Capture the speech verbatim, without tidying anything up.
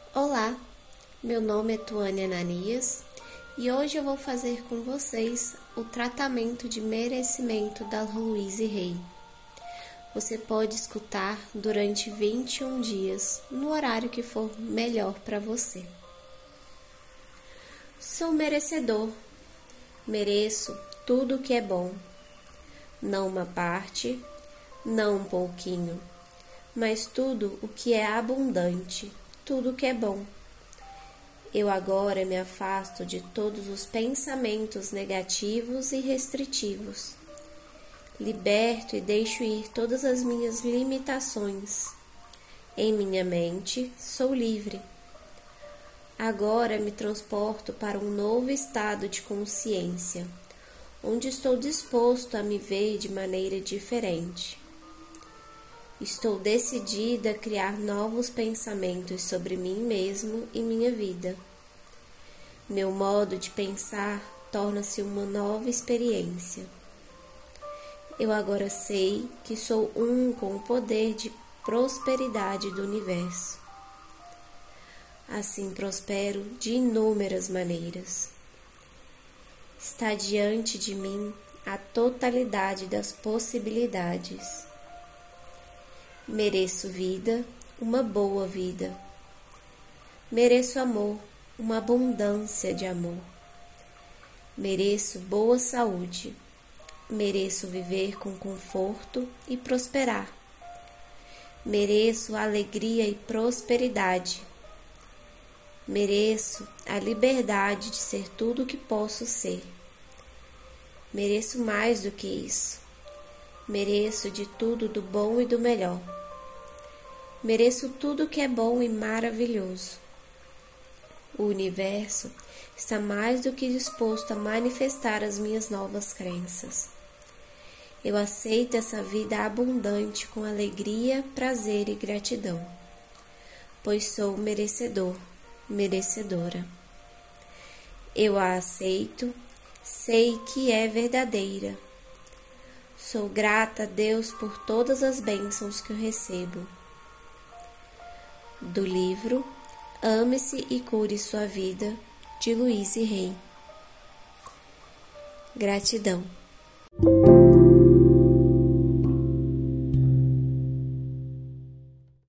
Olá, meu nome é Tuane Ananias e hoje eu vou fazer com vocês o tratamento de merecimento da Louise Hay. Você pode escutar durante vinte e um dias, no horário que for melhor para você. Sou merecedor, mereço tudo o que é bom, não uma parte, não um pouquinho, mas tudo o que é abundante, tudo o que é bom. Eu agora me afasto de todos os pensamentos negativos e restritivos. Liberto e deixo ir todas as minhas limitações. Em minha mente, sou livre. Agora me transporto para um novo estado de consciência, onde estou disposto a me ver de maneira diferente. Estou decidida a criar novos pensamentos sobre mim mesmo e minha vida. Meu modo de pensar torna-se uma nova experiência. Eu agora sei que sou um com o poder de prosperidade do universo. Assim prospero de inúmeras maneiras. Está diante de mim a totalidade das possibilidades. Mereço vida, uma boa vida. Mereço amor, uma abundância de amor. Mereço boa saúde. Mereço viver com conforto e prosperar. Mereço alegria e prosperidade. Mereço a liberdade de ser tudo o que posso ser. Mereço mais do que isso. Mereço de tudo do bom e do melhor. Mereço tudo que é bom e maravilhoso. O universo está mais do que disposto a manifestar as minhas novas crenças. Eu aceito essa vida abundante com alegria, prazer e gratidão, pois sou merecedor, merecedora. Eu a aceito, sei que é verdadeira. Sou grata a Deus por todas as bênçãos que eu recebo. Do livro Ame-se e Cure Sua Vida, de Louise Hay. Gratidão.